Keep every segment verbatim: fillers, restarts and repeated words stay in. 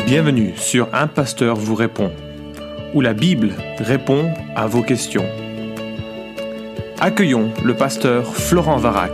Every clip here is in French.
Bienvenue sur Un Pasteur vous répond, où la Bible répond à vos questions. Accueillons le pasteur Florent Varac.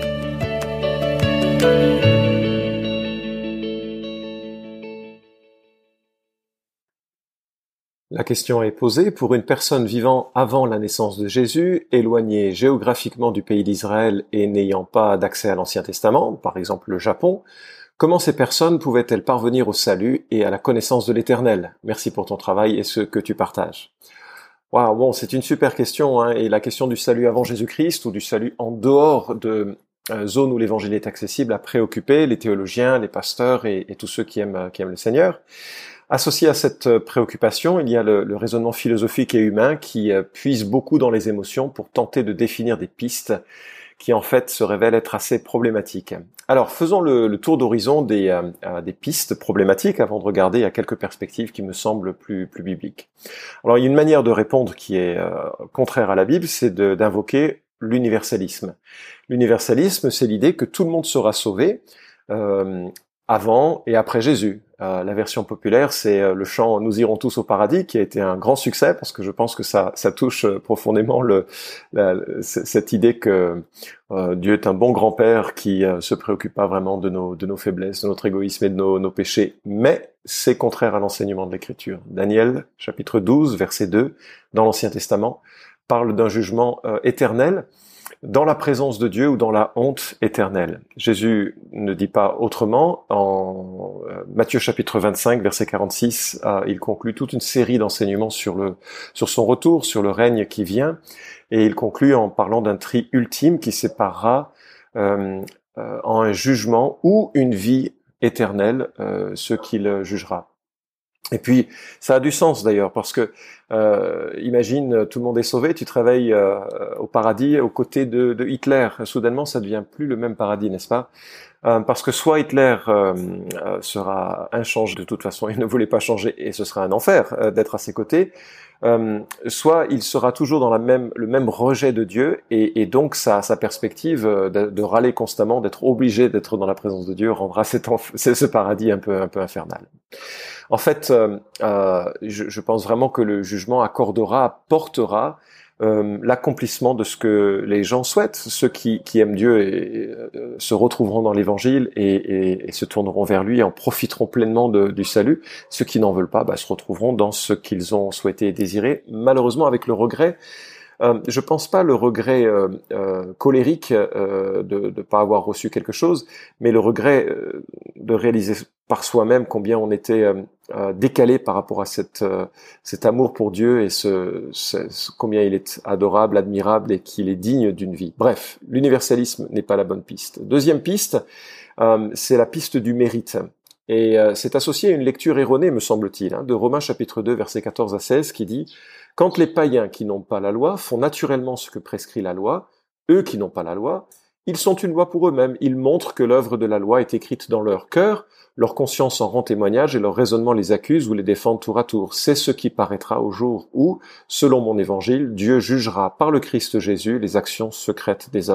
La question est posée pour une personne vivant avant la naissance de Jésus, éloignée géographiquement du pays d'Israël et n'ayant pas d'accès à l'Ancien Testament, par exemple le Japon. Comment ces personnes pouvaient-elles parvenir au salut et à la connaissance de l'Éternel? Merci pour ton travail et ce que tu partages. Wow, bon, c'est une super question, hein, et la question du salut avant Jésus-Christ ou du salut en dehors de euh, zones où l'Évangile est accessible a préoccupé les théologiens, les pasteurs et, et tous ceux qui aiment, qui aiment le Seigneur. Associé à cette préoccupation, il y a le, le raisonnement philosophique et humain qui euh, puise beaucoup dans les émotions pour tenter de définir des pistes qui en fait se révèlent être assez problématiques. Alors faisons le, le tour d'horizon des, euh, des pistes problématiques avant de regarder à quelques perspectives qui me semblent plus, plus bibliques. Alors il y a une manière de répondre qui est euh, contraire à la Bible, c'est de, d'invoquer l'universalisme. L'universalisme, c'est l'idée que tout le monde sera sauvé euh, avant et après Jésus. Euh, la version populaire, c'est euh, le chant « Nous irons tous au paradis » qui a été un grand succès parce que je pense que ça, ça touche euh, profondément le, la, cette idée que euh, Dieu est un bon grand-père qui euh, se préoccupe pas vraiment de nos, de nos faiblesses, de notre égoïsme et de nos, nos péchés. Mais c'est contraire à l'enseignement de l'Écriture. Daniel, chapitre douze, verset deux, dans l'Ancien Testament, parle d'un jugement euh, éternel dans la présence de Dieu ou dans la honte éternelle. Jésus ne dit pas autrement. En Matthieu chapitre vingt-cinq, verset quarante-six, euh, il conclut toute une série d'enseignements sur le sur son retour, sur le règne qui vient, et il conclut en parlant d'un tri ultime qui séparera euh, euh, en un jugement ou une vie éternelle euh, ceux qu'il jugera. Et puis, ça a du sens d'ailleurs, parce que, euh, imagine, tout le monde est sauvé, tu te réveilles euh, au paradis aux côtés de, de Hitler. Soudainement, ça devient plus le même paradis, n'est-ce pas? Euh, parce que soit Hitler euh, euh, sera inchangé de toute façon, il ne voulait pas changer, et ce sera un enfer euh, d'être à ses côtés, euh, soit il sera toujours dans la même, le même rejet de Dieu, et, et donc sa, sa perspective de, de râler constamment, d'être obligé d'être dans la présence de Dieu, rendra cet enf- ce paradis un peu, un peu infernal. En fait, euh, euh, je, je pense vraiment que le jugement accordera, apportera euh, l'accomplissement de ce que les gens souhaitent. Ceux qui, qui aiment Dieu et, et, euh, se retrouveront dans l'Évangile et, et, et se tourneront vers lui et en profiteront pleinement de, du salut. Ceux qui n'en veulent pas bah, se retrouveront dans ce qu'ils ont souhaité et désiré, malheureusement avec le regret. Euh, je pense pas le regret euh, euh, colérique euh, de ne pas avoir reçu quelque chose, mais le regret euh, de réaliser par soi-même combien on était euh, euh, décalé par rapport à cette, euh, cet amour pour Dieu et ce, ce, ce, combien il est adorable, admirable et qu'il est digne d'une vie. Bref, l'universalisme n'est pas la bonne piste. Deuxième piste, euh, c'est la piste du mérite. Et euh, c'est associé à une lecture erronée, me semble-t-il, hein, de Romains chapitre deux, versets quatorze à seize, qui dit « Quand les païens qui n'ont pas la loi font naturellement ce que prescrit la loi, eux qui n'ont pas la loi, ils sont une loi pour eux-mêmes. Ils montrent que l'œuvre de la loi est écrite dans leur cœur, leur conscience en rend témoignage et leur raisonnement les accuse ou les défend tour à tour. C'est ce qui paraîtra au jour où, selon mon évangile, Dieu jugera par le Christ Jésus les actions secrètes des hommes. »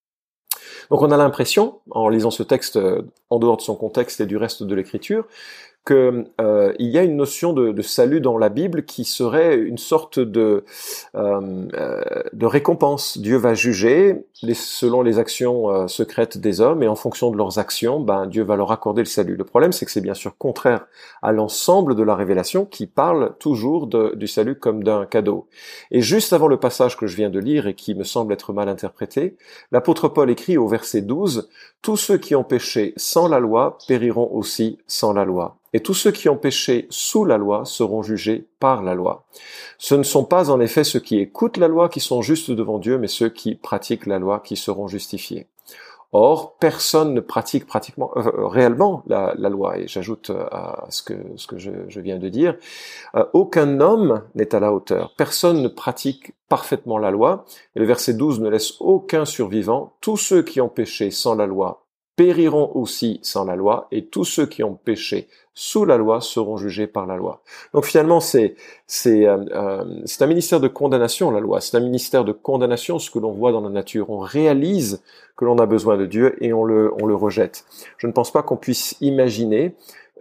Donc on a l'impression, en lisant ce texte en dehors de son contexte et du reste de l'Écriture, que euh, il y a une notion de, de salut dans la Bible qui serait une sorte de euh, de récompense. Dieu va juger les, selon les actions euh, secrètes des hommes et en fonction de leurs actions, ben Dieu va leur accorder le salut. Le problème, c'est que c'est bien sûr contraire à l'ensemble de la révélation qui parle toujours de, du salut comme d'un cadeau. Et juste avant le passage que je viens de lire et qui me semble être mal interprété, l'apôtre Paul écrit au verset douze « Tous ceux qui ont péché sans la loi périront aussi sans la loi. Et tous ceux qui ont péché sous la loi seront jugés par la loi. Ce ne sont pas en effet ceux qui écoutent la loi qui sont justes devant Dieu, mais ceux qui pratiquent la loi qui seront justifiés. » Or, personne ne pratique pratiquement euh, réellement la, la loi. Et j'ajoute euh, à ce que, ce que je, je viens de dire, euh, aucun homme n'est à la hauteur. Personne ne pratique parfaitement la loi. Et le verset douze ne laisse aucun survivant. Tous ceux qui ont péché sans la loi périront aussi sans la loi, et tous ceux qui ont péché sous la loi seront jugés par la loi. Donc finalement, c'est c'est euh, euh, c'est un ministère de condamnation, la loi. C'est un ministère de condamnation, ce que l'on voit dans la nature. On réalise que l'on a besoin de Dieu et on le on le rejette. Je ne pense pas qu'on puisse imaginer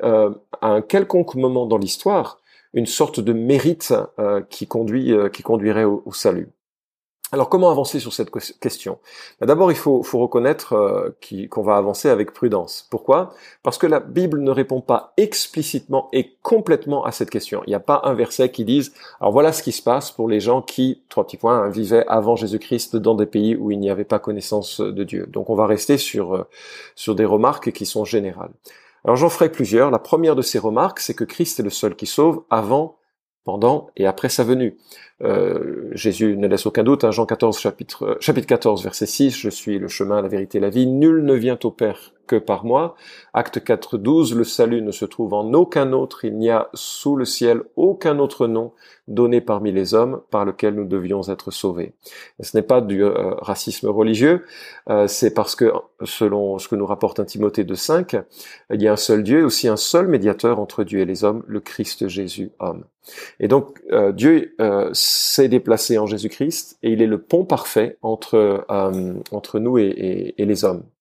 euh, à un quelconque moment dans l'histoire une sorte de mérite euh, qui conduit, euh, qui conduirait au, au salut. Alors comment avancer sur cette question ? D'abord, il faut, faut reconnaître euh, qu'on va avancer avec prudence. Pourquoi ? Parce que la Bible ne répond pas explicitement et complètement à cette question. Il n'y a pas un verset qui dise « Alors voilà ce qui se passe pour les gens qui, trois petits points, hein, vivaient avant Jésus-Christ dans des pays où il n'y avait pas connaissance de Dieu. » Donc on va rester sur, euh, sur des remarques qui sont générales. Alors j'en ferai plusieurs. La première de ces remarques, c'est que Christ est le seul qui sauve avant, pendant et après sa venue. Euh, Jésus ne laisse aucun doute, hein, Jean quatorze, chapitre, euh, chapitre quatorze, verset six, « Je suis le chemin, la vérité et la vie, nul ne vient au Père que par moi. » Acte quatre, douze, « Le salut ne se trouve en aucun autre, il n'y a sous le ciel aucun autre nom donné parmi les hommes par lequel nous devions être sauvés. » Ce n'est pas du euh, racisme religieux, euh, c'est parce que, selon ce que nous rapporte un Timothée deux, cinq, il y a un seul Dieu et aussi un seul médiateur entre Dieu et les hommes, le Christ Jésus, homme. Et donc, euh, Dieu euh, s'est déplacé en Jésus-Christ et il est le pont parfait entre, euh, entre nous et, et, et les hommes.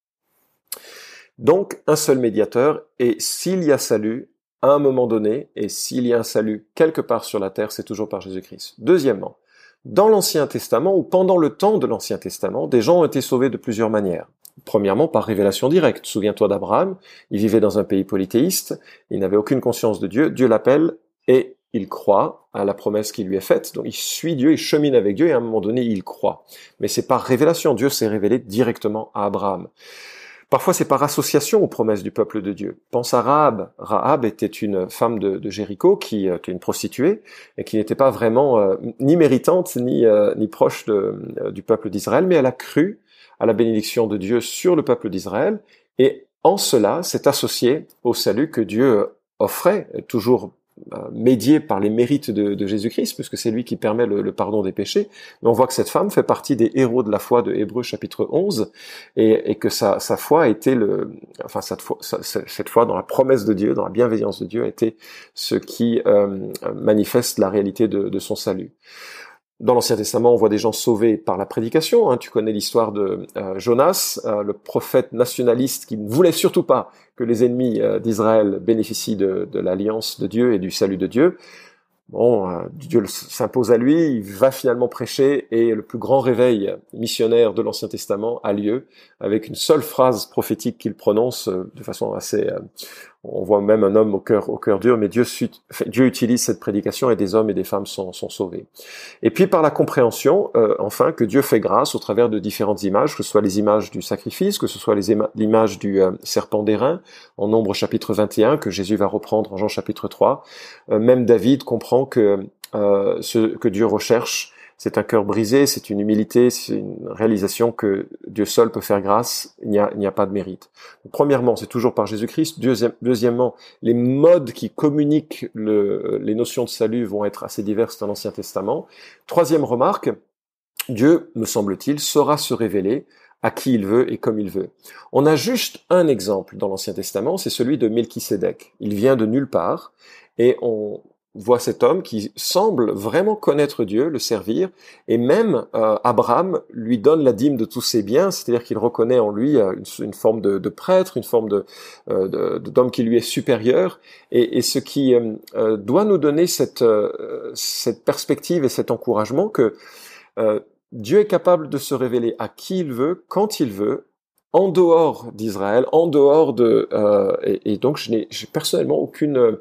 Donc, un seul médiateur, et s'il y a salut, à un moment donné, et s'il y a un salut quelque part sur la terre, c'est toujours par Jésus-Christ. Deuxièmement, dans l'Ancien Testament, ou pendant le temps de l'Ancien Testament, des gens ont été sauvés de plusieurs manières. Premièrement, par révélation directe. Souviens-toi d'Abraham, il vivait dans un pays polythéiste, il n'avait aucune conscience de Dieu, Dieu l'appelle, et il croit à la promesse qui lui est faite, donc il suit Dieu, il chemine avec Dieu, et à un moment donné, il croit. Mais c'est par révélation, Dieu s'est révélé directement à Abraham. Parfois, c'est par association aux promesses du peuple de Dieu. Pense à Rahab. Rahab était une femme de, de Jéricho, qui était une prostituée, et qui n'était pas vraiment euh, ni méritante, ni, euh, ni proche de, euh, du peuple d'Israël, mais elle a cru à la bénédiction de Dieu sur le peuple d'Israël, et en cela, s'est associée au salut que Dieu offrait, toujours médié par les mérites de, de Jésus-Christ, puisque c'est lui qui permet le, le pardon des péchés. Mais on voit que cette femme fait partie des héros de la foi de Hébreux chapitre onze, et, et que sa, sa foi a été le, enfin cette foi, cette foi dans la promesse de Dieu, dans la bienveillance de Dieu, a été ce qui euh, manifeste la réalité de, de son salut. Dans l'Ancien Testament, on voit des gens sauvés par la prédication. Hein. Tu connais l'histoire de euh, Jonas, euh, le prophète nationaliste qui ne voulait surtout pas que les ennemis euh, d'Israël bénéficient de, de l'alliance de Dieu et du salut de Dieu. Bon, euh, Dieu s'impose à lui, il va finalement prêcher, et le plus grand réveil missionnaire de l'Ancien Testament a lieu avec une seule phrase prophétique qu'il prononce euh, de façon assez... Euh, on voit même un homme au cœur au cœur dur, mais Dieu, Dieu utilise cette prédication et des hommes et des femmes sont, sont sauvés. Et puis par la compréhension, euh, enfin, que Dieu fait grâce au travers de différentes images, que ce soit les images du sacrifice, que ce soit les l'image du euh, serpent d'airain, en Nombre chapitre vingt et un, que Jésus va reprendre en Jean chapitre trois. Euh, même David comprend que euh, ce que Dieu recherche, c'est un cœur brisé, c'est une humilité, c'est une réalisation que Dieu seul peut faire grâce, il n'y a, il n'y a pas de mérite. Donc, premièrement, c'est toujours par Jésus-Christ. Deuxième, deuxièmement, les modes qui communiquent le, les notions de salut vont être assez diverses dans l'Ancien Testament. Troisième remarque, Dieu, me semble-t-il, saura se révéler à qui il veut et comme il veut. On a juste un exemple dans l'Ancien Testament, c'est celui de Melchisédek. Il vient de nulle part, et on voit cet homme qui semble vraiment connaître Dieu, le servir, et même euh, Abraham lui donne la dîme de tous ses biens, c'est-à-dire qu'il reconnaît en lui euh, une, une forme de, de prêtre, une forme de, euh, de, d'homme qui lui est supérieur, et, et ce qui euh, euh, doit nous donner cette, euh, cette perspective et cet encouragement que euh, Dieu est capable de se révéler à qui il veut, quand il veut, en dehors d'Israël, en dehors de... Euh, et, et donc je n'ai j'ai personnellement aucune... Euh,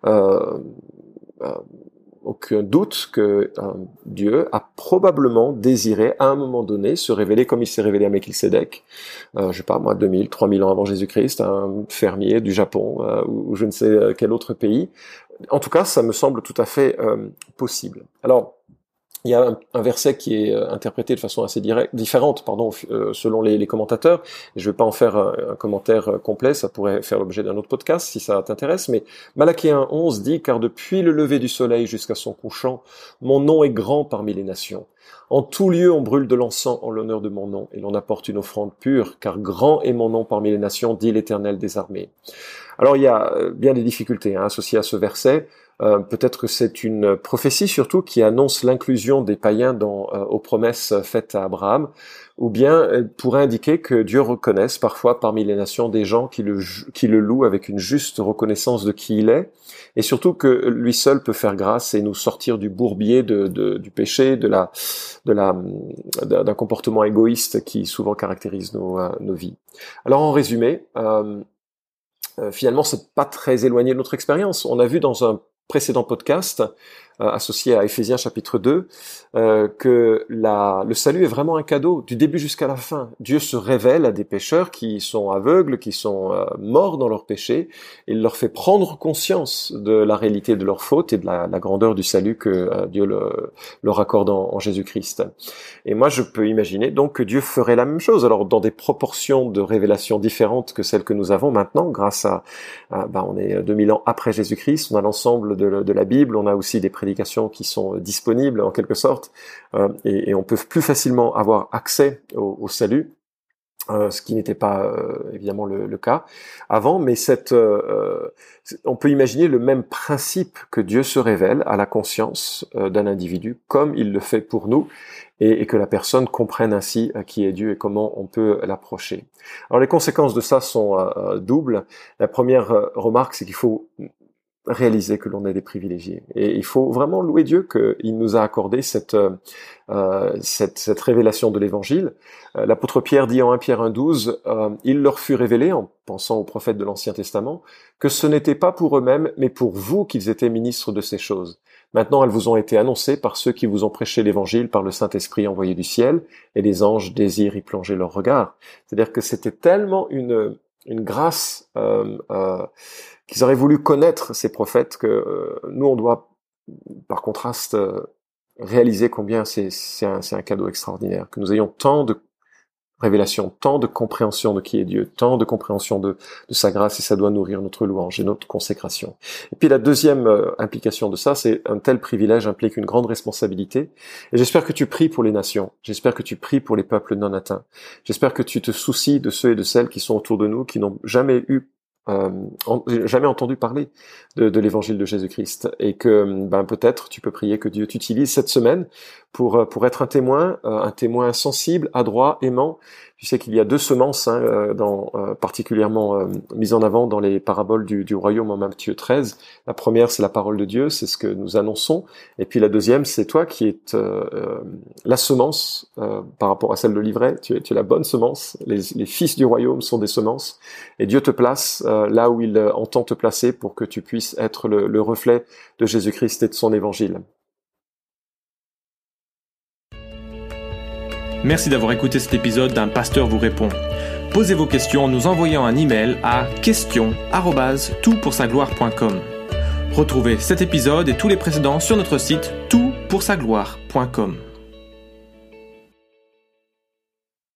euh, aucun doute que euh, Dieu a probablement désiré à un moment donné se révéler comme il s'est révélé à Melchisédek, euh, je sais pas moi, deux mille, trois mille ans avant Jésus-Christ, un fermier du Japon euh, ou, ou je ne sais quel autre pays. En tout cas, ça me semble tout à fait euh, possible. Alors, il y a un, un verset qui est interprété de façon assez directe, différente, pardon, euh, selon les, les commentateurs. Et je ne vais pas en faire un, un commentaire complet, ça pourrait faire l'objet d'un autre podcast si ça t'intéresse. Mais Malachie un onze dit « Car depuis le lever du soleil jusqu'à son couchant, mon nom est grand parmi les nations. En tout lieu, on brûle de l'encens en l'honneur de mon nom, et l'on apporte une offrande pure, car grand est mon nom parmi les nations, dit l'Éternel des armées. » Alors il y a bien des difficultés hein, associées à ce verset. Euh, peut-être que c'est une prophétie surtout qui annonce l'inclusion des païens dans, euh, aux promesses faites à Abraham, ou bien elle pourrait indiquer que Dieu reconnaisse parfois parmi les nations des gens qui le, qui le louent avec une juste reconnaissance de qui il est, et surtout que lui seul peut faire grâce et nous sortir du bourbier de, de, du péché, de la, de la, d'un comportement égoïste qui souvent caractérise nos, nos vies. Alors en résumé, euh, euh, finalement c'est pas très éloigné de notre expérience. On a vu dans un précédent podcast euh, associé à Éphésiens chapitre deux, euh, que la, le salut est vraiment un cadeau du début jusqu'à la fin. Dieu se révèle à des pécheurs qui sont aveugles, qui sont euh, morts dans leurs péchés. Il leur fait prendre conscience de la réalité de leur faute et de la, la grandeur du salut que euh, Dieu le, leur accorde en, en Jésus-Christ. Et moi, je peux imaginer donc que Dieu ferait la même chose, alors dans des proportions de révélation différentes que celles que nous avons maintenant, grâce à, à ben, on est deux mille ans après Jésus-Christ, on a l'ensemble de, de la Bible, on a aussi des prédications qui sont disponibles en quelque sorte, euh, et, et on peut plus facilement avoir accès au, au salut, euh, ce qui n'était pas euh, évidemment le, le cas avant, mais cette, euh, on peut imaginer le même principe que Dieu se révèle à la conscience euh, d'un individu, comme il le fait pour nous, et, et que la personne comprenne ainsi euh, qui est Dieu et comment on peut l'approcher. Alors les conséquences de ça sont euh, doubles. La première euh, remarque, c'est qu'il faut réaliser que l'on est des privilégiés. Et il faut vraiment louer Dieu qu'il nous a accordé cette, euh, cette, cette révélation de l'Évangile. Euh, l'apôtre Pierre dit en un Pierre un douze, euh, il leur fut révélé, en pensant aux prophètes de l'Ancien Testament, que ce n'était pas pour eux-mêmes, mais pour vous qu'ils étaient ministres de ces choses. Maintenant, elles vous ont été annoncées par ceux qui vous ont prêché l'Évangile par le Saint-Esprit envoyé du ciel, et les anges désirent y plonger leur regard. C'est-à-dire que c'était tellement une, une grâce euh, euh, qu'ils auraient voulu connaître ces prophètes, que euh, nous, on doit, par contraste, euh, réaliser combien c'est, c'est, un, c'est un cadeau extraordinaire, que nous ayons tant de révélation, tant de compréhension de qui est Dieu, tant de compréhension de, de sa grâce, et ça doit nourrir notre louange et notre consécration. Et puis la deuxième euh, implication de ça, c'est un tel privilège implique une grande responsabilité, et j'espère que tu pries pour les nations, j'espère que tu pries pour les peuples non atteints, j'espère que tu te soucies de ceux et de celles qui sont autour de nous, qui n'ont jamais eu Euh, en, jamais entendu parler de, de l'évangile de Jésus-Christ, et que ben peut-être tu peux prier que Dieu t'utilise cette semaine pour pour être un témoin, euh, un témoin sensible, adroit, aimant. Tu sais qu'il y a deux semences, hein, dans, euh, particulièrement euh, mises en avant dans les paraboles du, du royaume en Matthieu treize. La première, c'est la parole de Dieu, c'est ce que nous annonçons, et puis la deuxième, c'est toi qui es euh, euh, la semence euh, par rapport à celle de l'ivraie. Tu es, tu es la bonne semence. Les, les fils du royaume sont des semences, et Dieu te place euh, là où il entend te placer pour que tu puisses être le, le reflet de Jésus-Christ et de son évangile. Merci d'avoir écouté cet épisode d'Un Pasteur vous répond. Posez vos questions en nous envoyant un email à questions arobase tout pour sa gloire point com. Retrouvez cet épisode et tous les précédents sur notre site tout pour sa gloire point com.